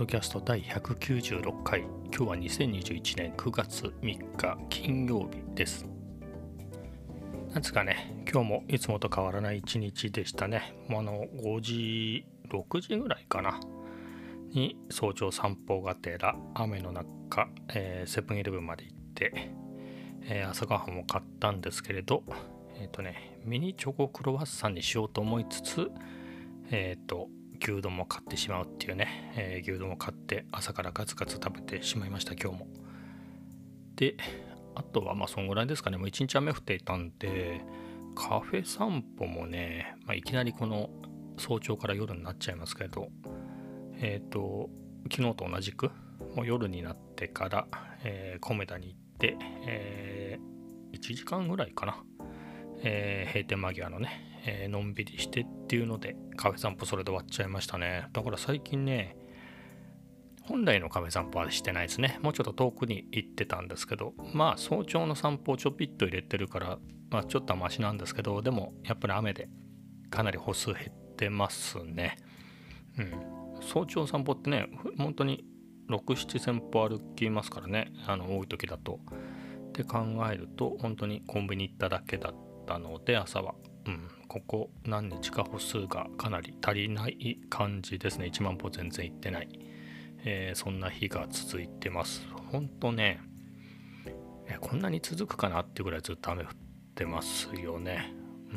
ドキャスト第196回。今日は2021年9月3日金曜日です。なんですかね、今日もいつもと変わらない一日でしたね。5時6時ぐらいかなに早朝散歩がてら雨の中、セブンイレブンまで行って、朝ごはんも買ったんですけれど、ミニチョコクロワッサンにしようと思いつつ、牛丼も買ってしまうっていうね、牛丼を買って朝からガツガツ食べてしまいました今日も。で、あとはそんぐらいですかね。もう一日雨降っていたんで、カフェ散歩もね、いきなりこの早朝から夜になっちゃいますけど、昨日と同じくもう夜になってから、コメダに行って、1時間ぐらいかな、閉店間際のね、のんびりしてっていうのでカフェ散歩それで終わっちゃいましたね。だから最近ね、本来のカフェ散歩はしてないですね。もうちょっと遠くに行ってたんですけど、早朝の散歩をちょぴっと入れてるから、ちょっとはマシなんですけど、でもやっぱり雨でかなり歩数減ってますね。早朝散歩ってね、本当に6、7千歩歩きますからね、多い時だと。って考えると本当にコンビニ行っただけだったので、朝はここ何日か歩数がかなり足りない感じですね。1万歩全然行ってない、そんな日が続いてます。本当ね、こんなに続くかなっていうぐらいずっと雨降ってますよね。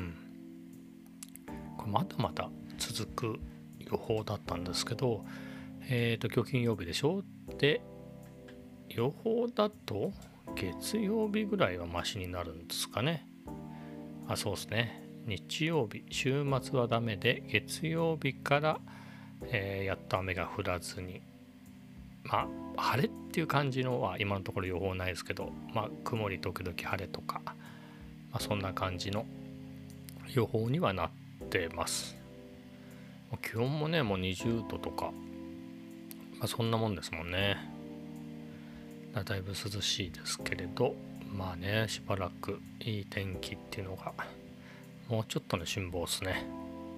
これまだまだ続く予報だったんですけど、今日金曜日でしょ。で、予報だと月曜日ぐらいはマシになるんですかね。そうですね。日曜日、週末はダメで、月曜日から、やっと雨が降らずに、晴れっていう感じのは今のところ予報ないですけど、曇り時々晴れとか、そんな感じの予報にはなってます。気温もね、もう20度とか、そんなもんですもんね。だいぶ涼しいですけれど、しばらくいい天気っていうのがもうちょっとの辛抱ですね。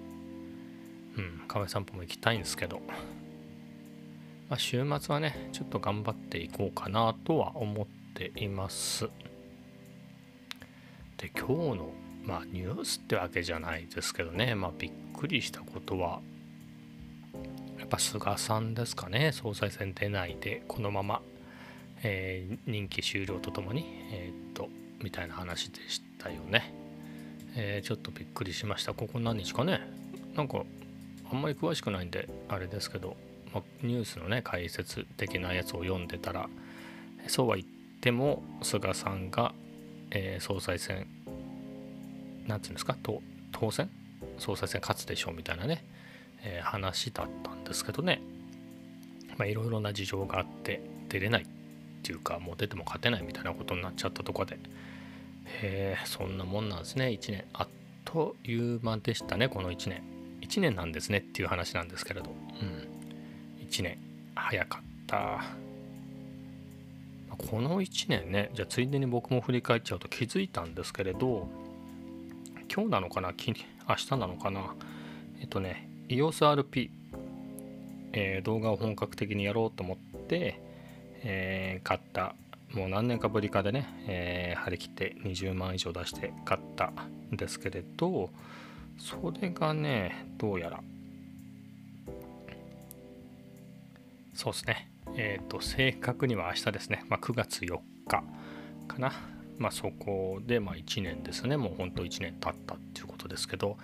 カフェ散歩も行きたいんですけど、週末はねちょっと頑張っていこうかなとは思っています。で、今日のニュースってわけじゃないですけどね、びっくりしたことはやっぱ菅さんですかね。総裁選出ないでこのまま、任期終了とともにみたいな話でしたよね。ちょっとびっくりしました。ここ何日かね、なんかあんまり詳しくないんであれですけど、ニュースのね解説的なやつを読んでたら、そうは言っても菅さんが、総裁選なんていうんですか、当選総裁選勝つでしょうみたいなね、話だったんですけどね。いろいろな事情があって出れないっていうか、もう出ても勝てないみたいなことになっちゃったところで、そんなもんなんですね。1年あっという間でしたね。この1年なんですねっていう話なんですけれど、1年早かった。この1年ね、じゃあついでに僕も振り返っちゃうと気づいたんですけれど、今日なのかな、明日なのかな、EOSRP、動画を本格的にやろうと思って、買った、もう何年かぶりかでね、張り切って20万以上出して買ったんですけれど、それがね、どうやらそうですね、正確には明日ですね、9月4日かな。そこで1年ですね。もう本当1年経ったっていうことですけど、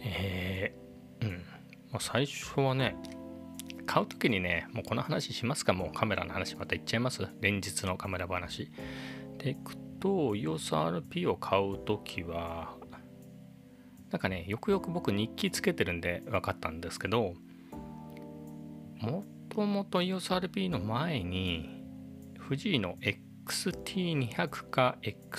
最初はね、買うときにね、もうこの話しますか。もうカメラの話また言っちゃいます。連日のカメラ話でいくと、 EOSRP を買うときはなんかね、よくよく僕日記つけてるんで分かったんですけど、もともと EOSRP の前に富士の XT200 か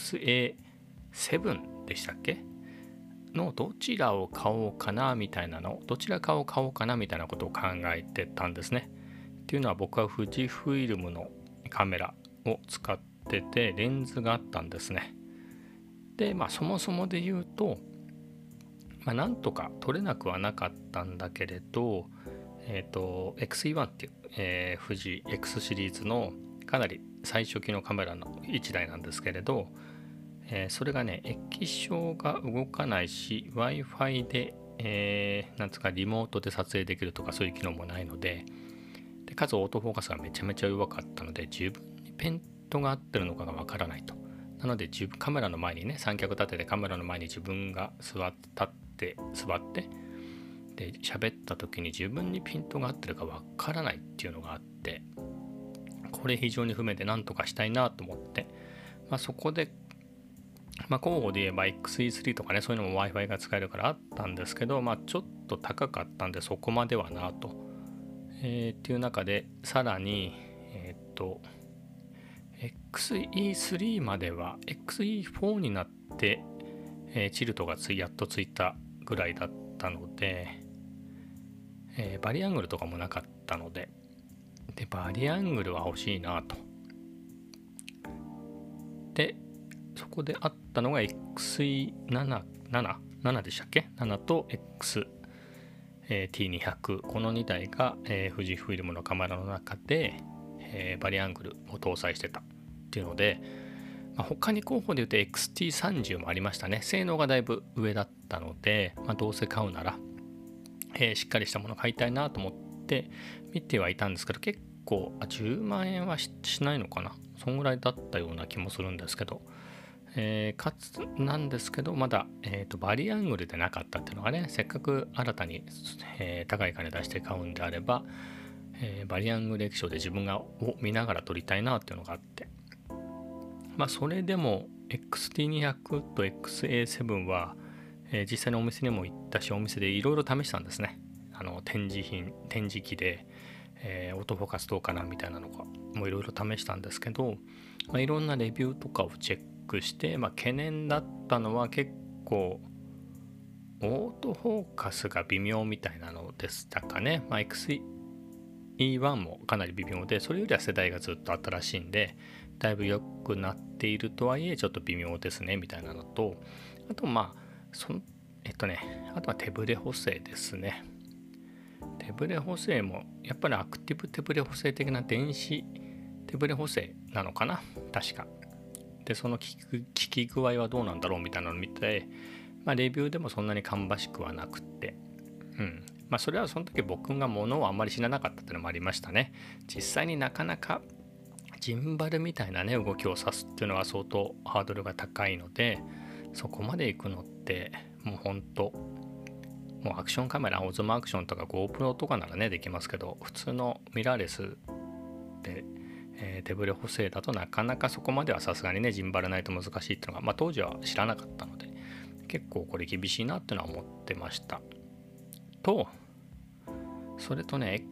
XA7 でしたっけのどちらを買おうかなみたいなことを考えてたんですね。っていうのは、僕は富士フイルムのカメラを使っててレンズがあったんですね。で、そもそもで言うと、なんとか撮れなくはなかったんだけれど、 XE1 っていう、富士 X シリーズのかなり最初期のカメラの1台なんですけれど、それがね液晶が動かないし Wi-Fi で、なんつうかリモートで撮影できるとかそういう機能もないので、かつオートフォーカスがめちゃめちゃ弱かったので十分にペントが合ってるのかがわからないと。なのでカメラの前にね三脚立ててカメラの前に自分が座ってで喋った時に自分にピントが合ってるかわからないっていうのがあって、これ非常に不明で何とかしたいなと思って、そこで、候補で言えば XE3 とかねそういうのも Wi-Fi が使えるからあったんですけど、ちょっと高かったんでそこまではなと、っていう中でさらにXE3 までは XE4 になって、チルトがやっとついたぐらいだったので、バリアングルとかもなかったので、バリアングルは欲しいなと。でそこであったのが XE7 でしたっけ、7と XT200 この2台が、富士フイルムのカメラの中で、バリアングルを搭載してたっていうので、他に候補で言うと XT30 もありましたね。性能がだいぶ上だったので、どうせ買うなら、しっかりしたもの買いたいなと思って見てはいたんですけど、結構10万円は しないのかな、そんぐらいだったような気もするんですけど、かつなんですけどまだ、バリアングルでなかったっていうのがね、せっかく新たに、高い金出して買うんであれば、バリアングル液晶で自分を見ながら撮りたいなっていうのがあって、それでも XT200 と XA7 は、実際のお店にも行ったしお店でいろいろ試したんですね。展示機で、オートフォーカスどうかなみたいなのがもういろいろ試したんですけど、いろんなレビューとかをチェックして、懸念だったのは結構オートフォーカスが微妙みたいなのでしたかね。XE1 もかなり微妙で、それよりは世代がずっと新しいんでだいぶ良くなっているとはいえちょっと微妙ですねみたいなのと、あとあとは手ブレ補正ですね。手ブレ補正もやっぱりアクティブ手ブレ補正的な電子手ブレ補正なのかな確かで、その効き具合はどうなんだろうみたいなのを見て、レビューでもそんなに芳しくはなくて、それはその時僕が物をあんまり知らなかったっていうのもありましたね。実際になかなかジンバルみたいなね動きを指すっていうのは相当ハードルが高いので、そこまで行くのってもうほんともうアクションカメラ、オズモアクションとか GoPro とかならねできますけど、普通のミラーレスで、手ブレ補正だとなかなかそこまではさすがにねジンバルないと難しいっていうのが、当時は知らなかったので結構これ厳しいなっていうのは思ってましたと、それとね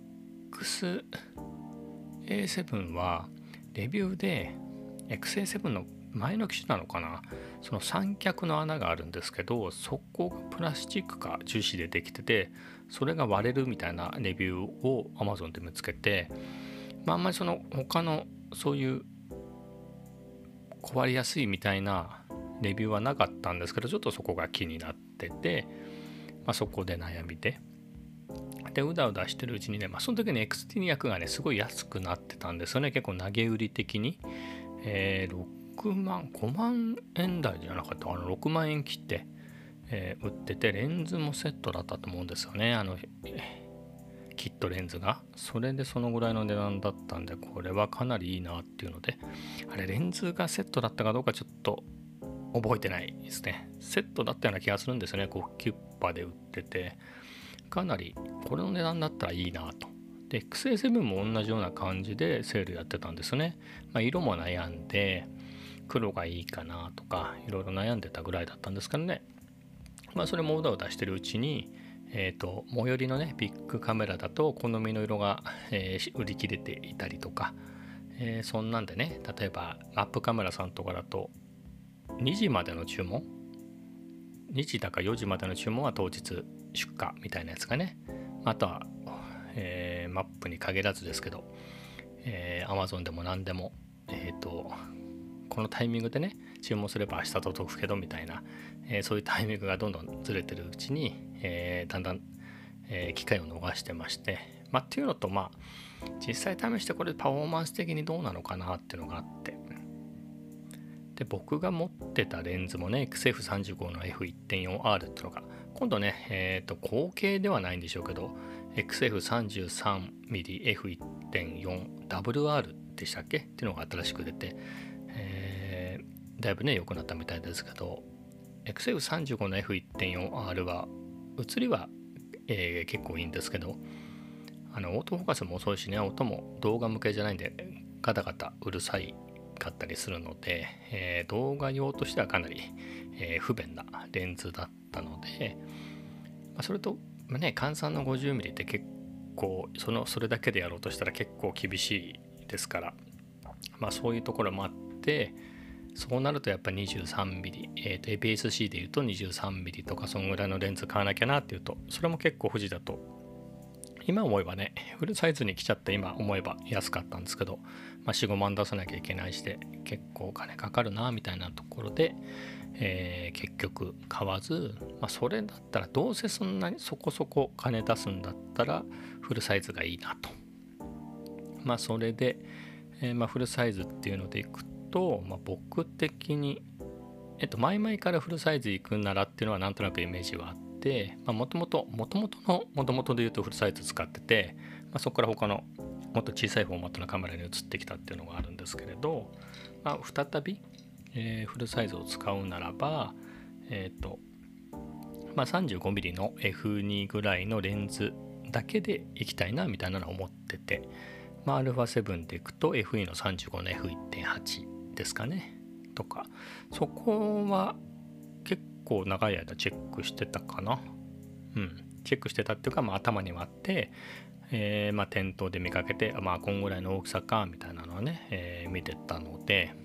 XA7 はレビューで XA7 の前の機種なのかな、その三脚の穴があるんですけど、そこがプラスチックか樹脂でできてて、それが割れるみたいなレビューを Amazon で見つけて、あんまりその他のそういう壊れやすいみたいなレビューはなかったんですけど、ちょっとそこが気になってて、そこで悩みでうだうだしてるうちにね、その時に XT200 がねすごい安くなってたんですよね。結構投げ売り的に、5万円台じゃなかったかな、6万円切って、売ってて、レンズもセットだったと思うんですよね、キットレンズが。それでそのぐらいの値段だったんで、これはかなりいいなっていうので、あれレンズがセットだったかどうかちょっと覚えてないですね。セットだったような気がするんですよね。キュッパで売ってて、かなりこれの値段だったらいいなと。で XA7 も同じような感じでセールやってたんですね。色も悩んで黒がいいかなとかいろいろ悩んでたぐらいだったんですけどね。それもうだうだしてるうちに、最寄りのねビッグカメラだと好みの色が、売り切れていたりとか、そんなんでね、例えばマップカメラさんとかだと2時までの注文、2時だか4時までの注文は当日出荷みたいなやつがね、あとは、マップに限らずですけど、Amazon でも何でも、このタイミングでね注文すれば明日届くけどみたいな、そういうタイミングがどんどんずれてるうちに、だんだん、 機会を逃してまして、っていうのと実際試してこれパフォーマンス的にどうなのかなっていうのがあって、で僕が持ってたレンズもね XF35 の F1.4R っていうのが今度ね後継ではないんでしょうけど XF33mmF1.4WR でしたっけっていうのが新しく出て、だいぶね良くなったみたいですけど XF35 の F1.4R は写りは、結構いいんですけどオートフォーカスも遅いしね、音も動画向けじゃないんでガタガタうるさいかったりするので、動画用としてはかなり、不便なレンズだったので、それとね換算の 50mm って結構それだけでやろうとしたら結構厳しいですから、そういうところもあって、そうなるとやっぱ 23mm、APS-C でいうと 23mm とかそんぐらいのレンズ買わなきゃなっていうと、それも結構富士だと今思えばねフルサイズに来ちゃって今思えば安かったんですけど、4、5万出さなきゃいけないしで結構お金かかるなみたいなところで、結局買わず、それだったらどうせそんなにそこそこ金出すんだったらフルサイズがいいなと。それで、フルサイズっていうのでいくと、僕的に前々からフルサイズ行くならっていうのはなんとなくイメージはあって、もともとで言うとフルサイズ使ってて、そこから他のもっと小さいフォーマットのカメラに移ってきたっていうのがあるんですけれど、再び、フルサイズを使うならば、35mm の F2 ぐらいのレンズだけでいきたいなみたいなのを思ってて、α7 でいくと FE の35の F1.8 ですかねとか、そこは結構長い間チェックしてたかな。チェックしてたっていうか、頭にはあって、店頭で見かけてこんぐらいの大きさかみたいなのはね、見てたので、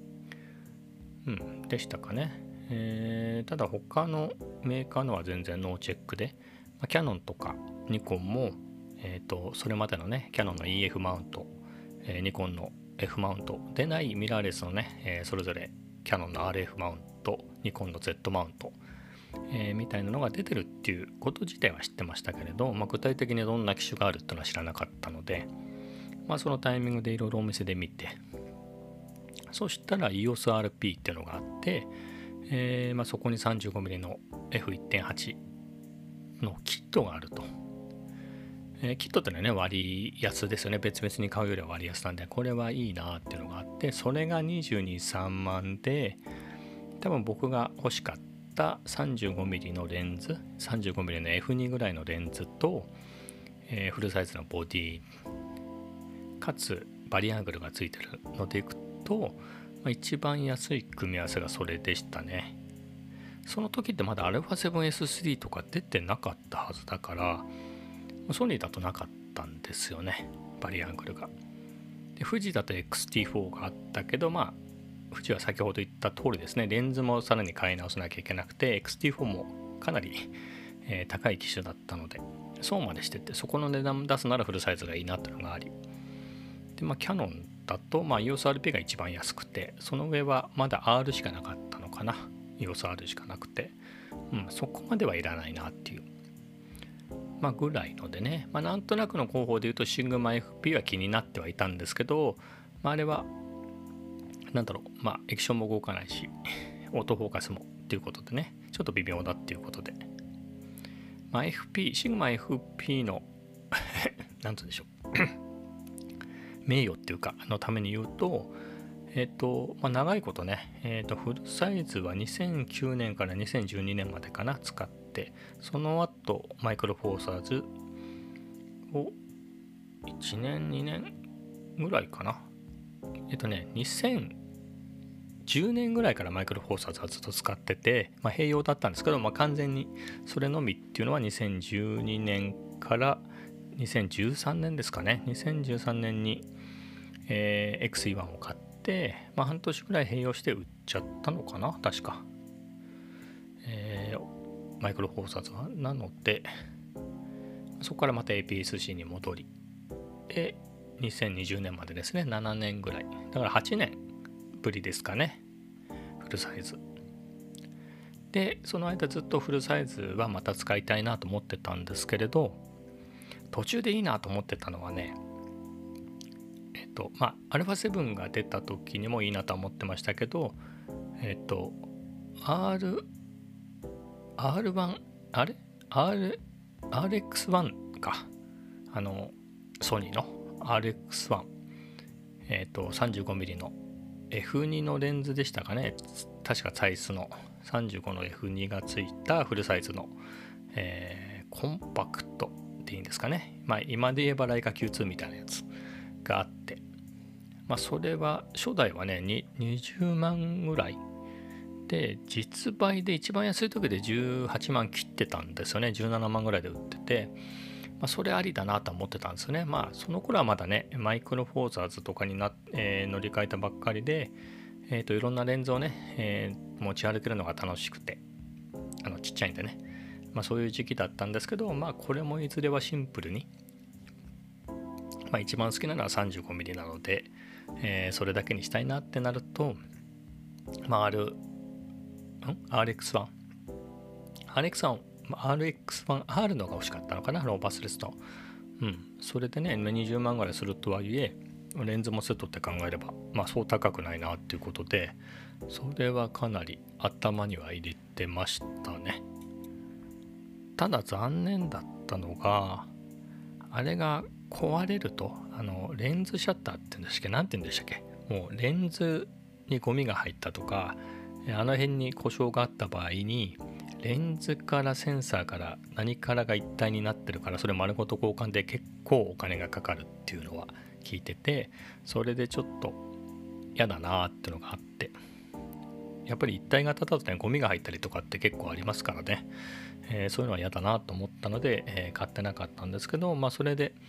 でしたかね。ただ他のメーカーのは全然ノーチェックで、キヤノンとかニコンも、それまでのねキヤノンの EF マウント、ニコンの F マウントでないミラーレスのね、それぞれキヤノンの RF マウント、ニコンの Z マウント、みたいなのが出てるっていうこと自体は知ってましたけれど、具体的にどんな機種があるっていうのは知らなかったので、そのタイミングでいろいろお店で見て、そしたら EOS-RP っていうのがあって、そこに 35mm の F1.8 のキットがあると。キットってのはね割安ですよね。別々に買うよりは割安なんでこれはいいなっていうのがあって、それが22、3万で、多分僕が欲しかった 35mm のレンズ、 35mm の F2 ぐらいのレンズと、フルサイズのボディかつバリアングルがついてるのでいくと、一番安い組み合わせがそれでしたね。その時ってまだ α7S3 とか出てなかったはずだから、ソニーだとなかったんですよね、バリアングルが。で富士だと XT4 があったけど、富士は先ほど言った通りですね、レンズもさらに買い直さなきゃいけなくて XT4 もかなり、高い機種だったのでそうまでしてて、そこの値段出すならフルサイズがいいなっていうのがありで、キヤノンだと、EOS-RP が一番安くて、その上はまだ R しかなかったのかな、 EOS-R しかなくて、そこまではいらないなっていうぐらいのでね、なんとなくの候補で言うとシグマ FP は気になってはいたんですけど、あれは液晶も動かないしオートフォーカスもっていうことでね、ちょっと微妙だっていうことで、シグマ FP のなんて言うんでしょう名誉っていうかのために言うと、長いことね、フルサイズは2009年から2012年までかな使って、その後マイクロフォーサーズを1年2年ぐらいかな、2010年ぐらいからマイクロフォーサーズはずっと使ってて、併用だったんですけど、完全にそれのみっていうのは2012年から2013年ですかね。2013年に、XE1 を買って、半年ぐらい併用して売っちゃったのかな確か、マイクロフォーサーズは。なのでそこからまた APS-C に戻りで2020年までですね、7年ぐらいだから8年ぶりですかね、フルサイズでその間ずっとフルサイズはまた使いたいなと思ってたんですけれど、途中でいいなと思ってたのはね、α7 が出た時にもいいなと思ってましたけど、R1 あれ RX1 か、ソニーの RX1、35mm の F2 のレンズでしたかね、確かサイズの35の F2 がついたフルサイズの、コンパクトでいいんですかね、今で言えばライカ Q2 みたいなやつがあって、それは初代はね20万ぐらいで、実売で一番安い時で18万切ってたんですよね。17万ぐらいで売ってて、それありだなと思ってたんですよね。その頃はまだねマイクロフォーザーズとかに乗り換えたばっかりで、いろんなレンズをね、持ち歩けるのが楽しくて、ちっちゃいんでね、そういう時期だったんですけど、これもいずれはシンプルに、一番好きなのは 35mm なので、それだけにしたいなってなると、RX1 RX1R のが欲しかったのかな、ローバスレスと。それでね20万ぐらいするとはいえ、レンズもセットって考えればそう高くないなっていうことで、それはかなり頭には入れてましたね。ただ残念だったのが、あれが壊れるとレンズシャッターって言うんでしたっけ、なんて言うんでしたっけ、もうレンズにゴミが入ったとか、辺に故障があった場合にレンズからセンサーから何からが一体になってるから、それ丸ごと交換で結構お金がかかるっていうのは聞いてて、それでちょっと嫌だなっていうのがあって、やっぱり一体型だとねゴミが入ったりとかって結構ありますからね、そういうのは嫌だなと思ったので、買ってなかったんですけど、それで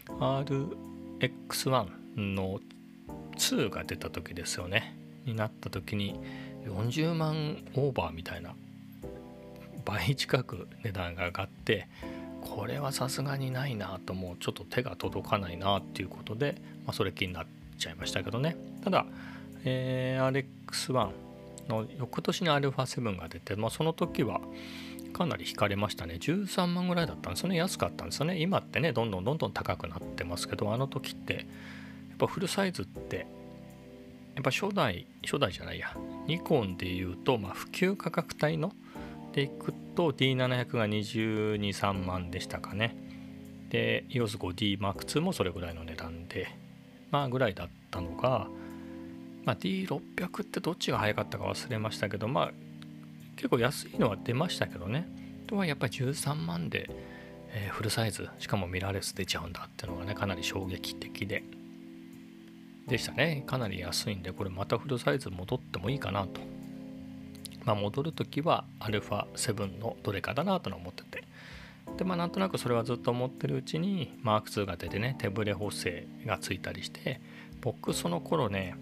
RX1 の2が出た時ですよね、になった時に40万オーバーみたいな、倍近く値段が上がって、これはさすがにないなと、もうちょっと手が届かないなっていうことで、それ気になっちゃいましたけどね。ただ、RX1 の翌年に α7 が出て、その時はかなり惹かれましたね。13万ぐらいだったんですよね。安かったんですよね。今ってねどんどん高くなってますけど、あの時ってやっぱフルサイズってやっぱ初代じゃないや、ニコンでいうと、普及価格帯のでいくと D700 が22、3万でしたかね。で EOS5D Mark II もそれぐらいの値段でぐらいだったのが、D600 ってどっちが早かったか忘れましたけど、結構安いのは出ましたけどね。とはやっぱり13万で、フルサイズ、しかもミラーレス出ちゃうんだっていうのがねかなり衝撃的でしたね。かなり安いんで、これまたフルサイズ戻ってもいいかなと。戻るときは α7 のどれかだなと思ってて、でなんとなくそれはずっと思ってるうちに Mark II が出てね、手ブレ補正がついたりして、僕その頃ね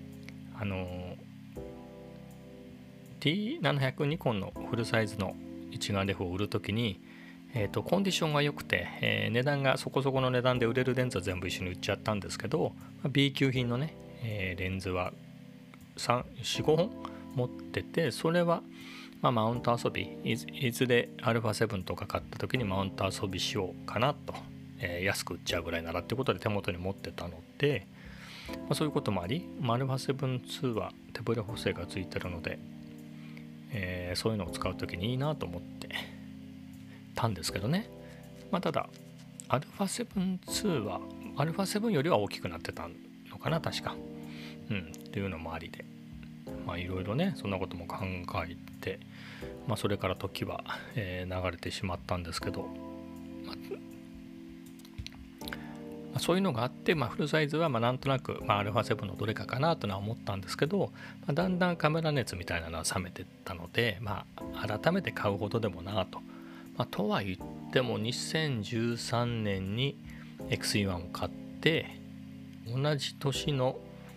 D700 ニコンのフルサイズの一眼レフを売るときに、コンディションが良くて、値段がそこそこの値段で売れるレンズは全部一緒に売っちゃったんですけど、B 級品のね、レンズは4、5本持ってて、それは、マウント遊び、いずれ α7 とか買った時にマウント遊びしようかなと、安く売っちゃうぐらいならってことで手元に持ってたので、そういうこともあり、α7-2 は手ブレ補正がついてるので、そういうのを使う時にいいなと思ってたんですけどね。ただ α7-2 は α7 よりは大きくなってたのかな確か、っていうのもありで、いろいろねそんなことも考えて、それから時は、流れてしまったんですけど、そういうのがあって、フルサイズはなんとなく、α7 のどれかかなとは思ったんですけど、だんだんカメラ熱みたいなのは冷めてったので、改めて買うほどでもなと。とは言っても2013年に XE1 を買って、同じ年の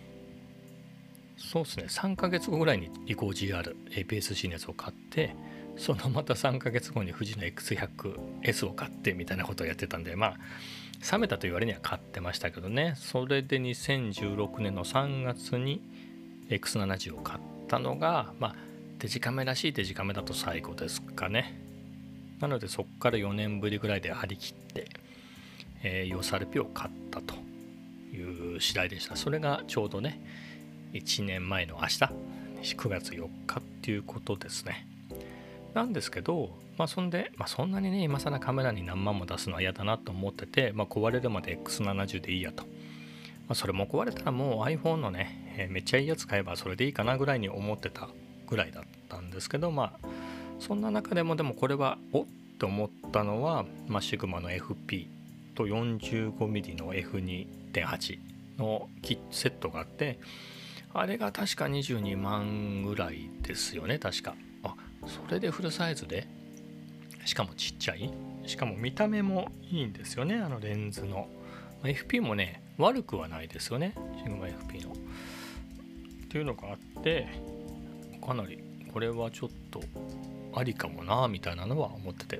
そうですね3ヶ月後ぐらいにリコー GR APS-C のやつを買って、そのまた3ヶ月後に富士の X100S を買ってみたいなことをやってたんで、冷めたという割には買ってましたけどね。それで2016年の3月に X70 を買ったのが、 デジカメらしいデジカメだと最後ですかね。なのでそこから4年ぶりぐらいで張り切って、EOS RP を買ったという次第でした。それがちょうどね1年前の明日9月4日っていうことですね。なんですけど、そんなにね今更カメラに何万も出すのは嫌だなと思ってて、壊れるまで X70 でいいやと、それも壊れたらもう iPhone のね、めっちゃいいやつ買えばそれでいいかなぐらいに思ってたぐらいだったんですけど、そんな中でもこれはおって思ったのは、シグマの FP と 45mm の F2.8 のセットがあって、あれが確か22万ぐらいですよね。確かそれでフルサイズで、しかもちっちゃい、しかも見た目もいいんですよね。レンズの FP もね悪くはないですよね、シグマ FP のっていうのがあって、かなりこれはちょっとありかもなみたいなのは思ってて、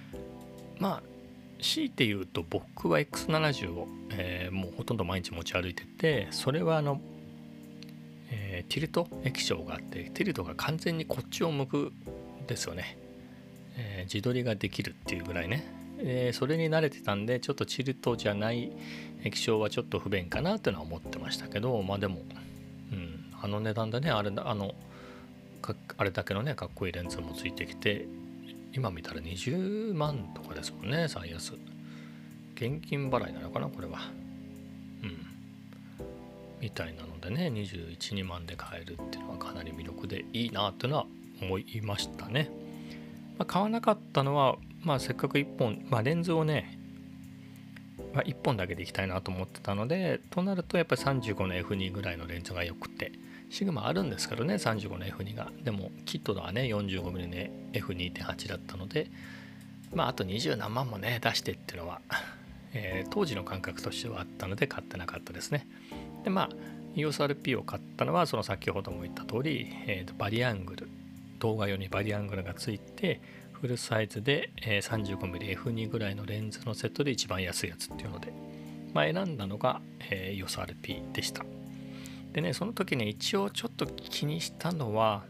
強いて言うと僕は X70 を、もうほとんど毎日持ち歩いてて、それはティルト液晶があって、ティルトが完全にこっちを向くんですよね。自撮りができるっていうぐらいね、それに慣れてたんで、ちょっとティルトじゃない液晶はちょっと不便かなっていうのは思ってましたけど、でも、値段でねあれだけのねかっこいいレンズもついてきて、今見たら20万とかですもんね、最安。現金払いなのかなこれは。みたいなのでね、21、2万で買えるっていうのはかなり魅力でいいなっていうのは思いましたね。買わなかったのは、せっかく1本、レンズをね、1本だけでいきたいなと思ってたので、となるとやっぱり35の F2 ぐらいのレンズがよくて、シグマあるんですけどね35の F2 が、でもキットはね 45mm の F2.8 だったので、あと20何万もね出してっていうのは、当時の感覚としてはあったので買ってなかったですね。でEOS RP を買ったのはその先ほども言った通り、バリアングル、動画用にバリアングルがついてフルサイズで 35mm F2 ぐらいのレンズのセットで一番安いやつっていうので、選んだのが、EOS RP でした。でね、その時ね一応ちょっと気にしたのは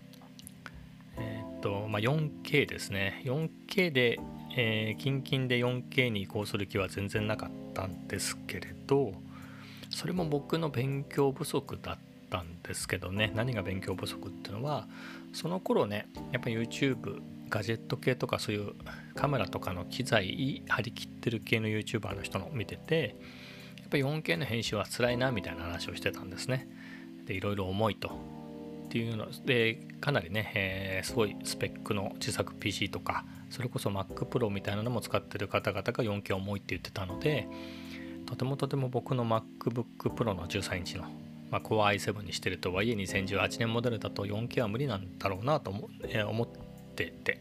4K ですね。4K で、近々で 4K に移行する気は全然なかったんですけれど、それも僕の勉強不足だったんですけどね。何が勉強不足っていうのは、その頃ねやっぱ YouTube ガジェット系とかそういうカメラとかの機材張り切ってる系の YouTuber の人の見てて、やっぱり 4K の編集は辛いなみたいな話をしてたんですね。でいろいろ重いとっていうので、かなりね、すごいスペックの自作 PC とか、それこそ Mac Pro みたいなのも使ってる方々が 4K 重いって言ってたので、とても僕の MacBook Pro の13インチの、Core i7 にしてるとはいえ2018年モデルだと 4K は無理なんだろうなと思ってて、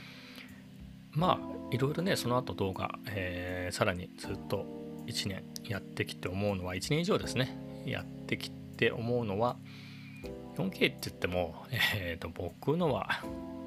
いろいろねその後動画、さらにずっと1年やってきて思うのは、1年以上ですねやってきて思うのは、 4K って言っても、僕のは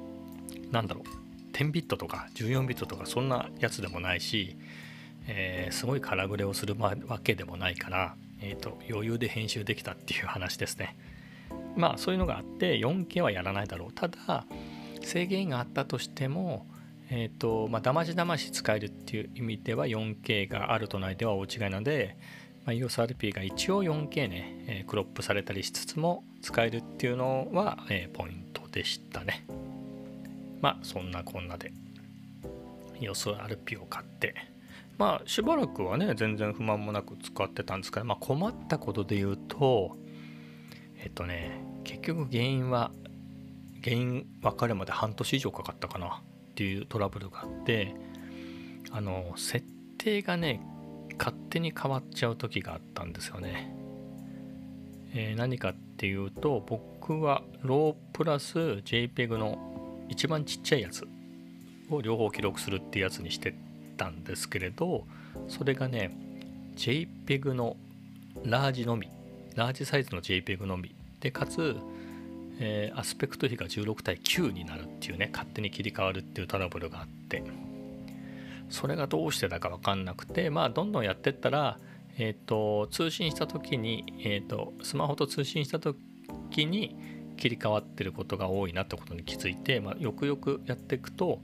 10ビットとか14ビットとかそんなやつでもないし、すごいカラグレをするわけでもないから、余裕で編集できたっていう話ですね。そういうのがあって 4K はやらないだろう。ただ制限があったとしても、だましだまし使えるっていう意味では 4K があるとないでは大違いなので、EOS RP が一応 4K ね、クロップされたりしつつも使えるっていうのは、ポイントでしたね。そんなこんなで EOS RP を買って、しばらくはね全然不満もなく使ってたんですけど、困ったことで言うと結局原因分かるまで半年以上かかったかなっていうトラブルがあって、設定がね勝手に変わっちゃう時があったんですよね。何かっていうと、僕はロープラス JPEG の一番ちっちゃいやつを両方記録するっていうやつにしてたんですけれど、それがね JPEG のラージサイズの JPEG のみで、かつ、アスペクト比が16対9になるっていうね、勝手に切り替わるっていうトラブルがあって、それがどうしてだか分かんなくて、どんどんやってったら、通信した時に、スマホと通信した時に切り替わってることが多いなってことに気づいて、よくよくやっていくと、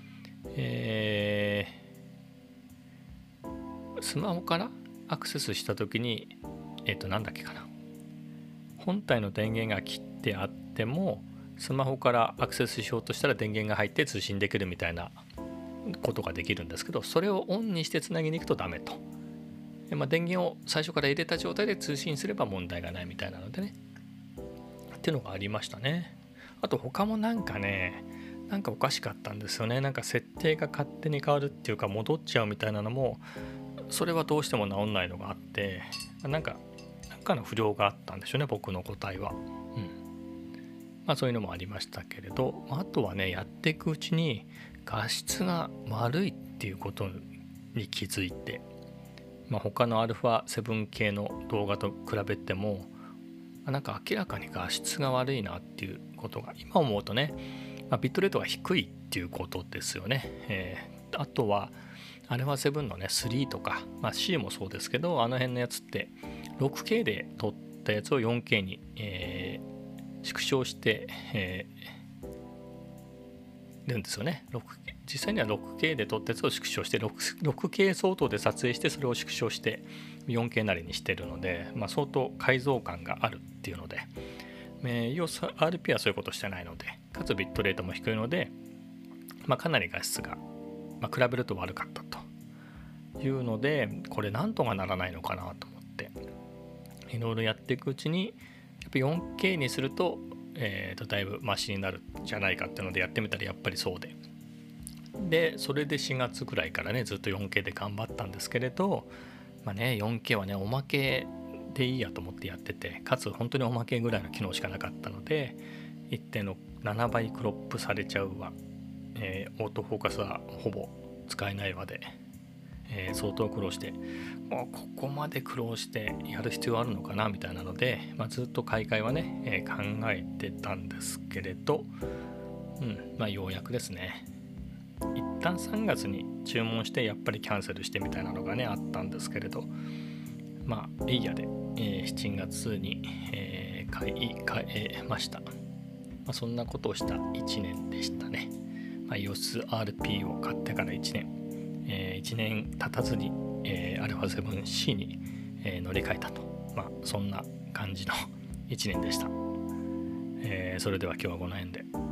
スマホからアクセスした時になんだっけかな、本体の電源が切ってあってもスマホからアクセスしようとしたら電源が入って通信できるみたいなことができるんですけど、それをオンにしてつなぎに行くとダメと。電源を最初から入れた状態で通信すれば問題がないみたいなのでね、っていうのがありましたね。あと他もなんかおかしかったんですよね。なんか設定が勝手に変わるっていうか戻っちゃうみたいなのも、それはどうしても治んないのがあって、なんかの不良があったんでしょうね、僕の個体は。そういうのもありましたけれど、あとはね、やっていくうちに画質が悪いっていうことに気づいて、他の α7 系の動画と比べてもなんか明らかに画質が悪いなっていうことが今思うとね、ビットレートが低いっていうことですよね。あとはα7 のね3とか、C もそうですけど、あの辺のやつって 6K で撮ったやつを 4K に、縮小して、るんですよね。実際には 6K で撮ったやつを縮小して 6K 相当で撮影して、それを縮小して 4K なりにしてるので、相当解像感があるっていうので、EOSRP はそういうことしてないので、かつビットレートも低いので、かなり画質が、比べると悪かったというので、これなんとかならないのかなと思っていろいろやっていくうちに、やっぱ 4K にするとだいぶマシになるんじゃないかっていうのでやってみたらやっぱりそうで、それで4月ぐらいからねずっと 4K で頑張ったんですけれど、4K はねおまけでいいやと思ってやってて、かつ本当におまけぐらいの機能しかなかったので、1.7 倍クロップされちゃうわ、オートフォーカスはほぼ使えないわで、相当苦労して、ここまで苦労してやる必要あるのかなみたいなので、ずっと買い替えはね、考えてたんですけれど、ようやくですね。一旦3月に注文してやっぱりキャンセルしてみたいなのがねあったんですけれど、エイヤで、7月に、買い替えました。そんなことをした1年でしたね。EOSRP を買ってから1年、1年経たずに、α7C に、乗り換えたと、そんな感じの1年でした。それでは今日はこの辺で。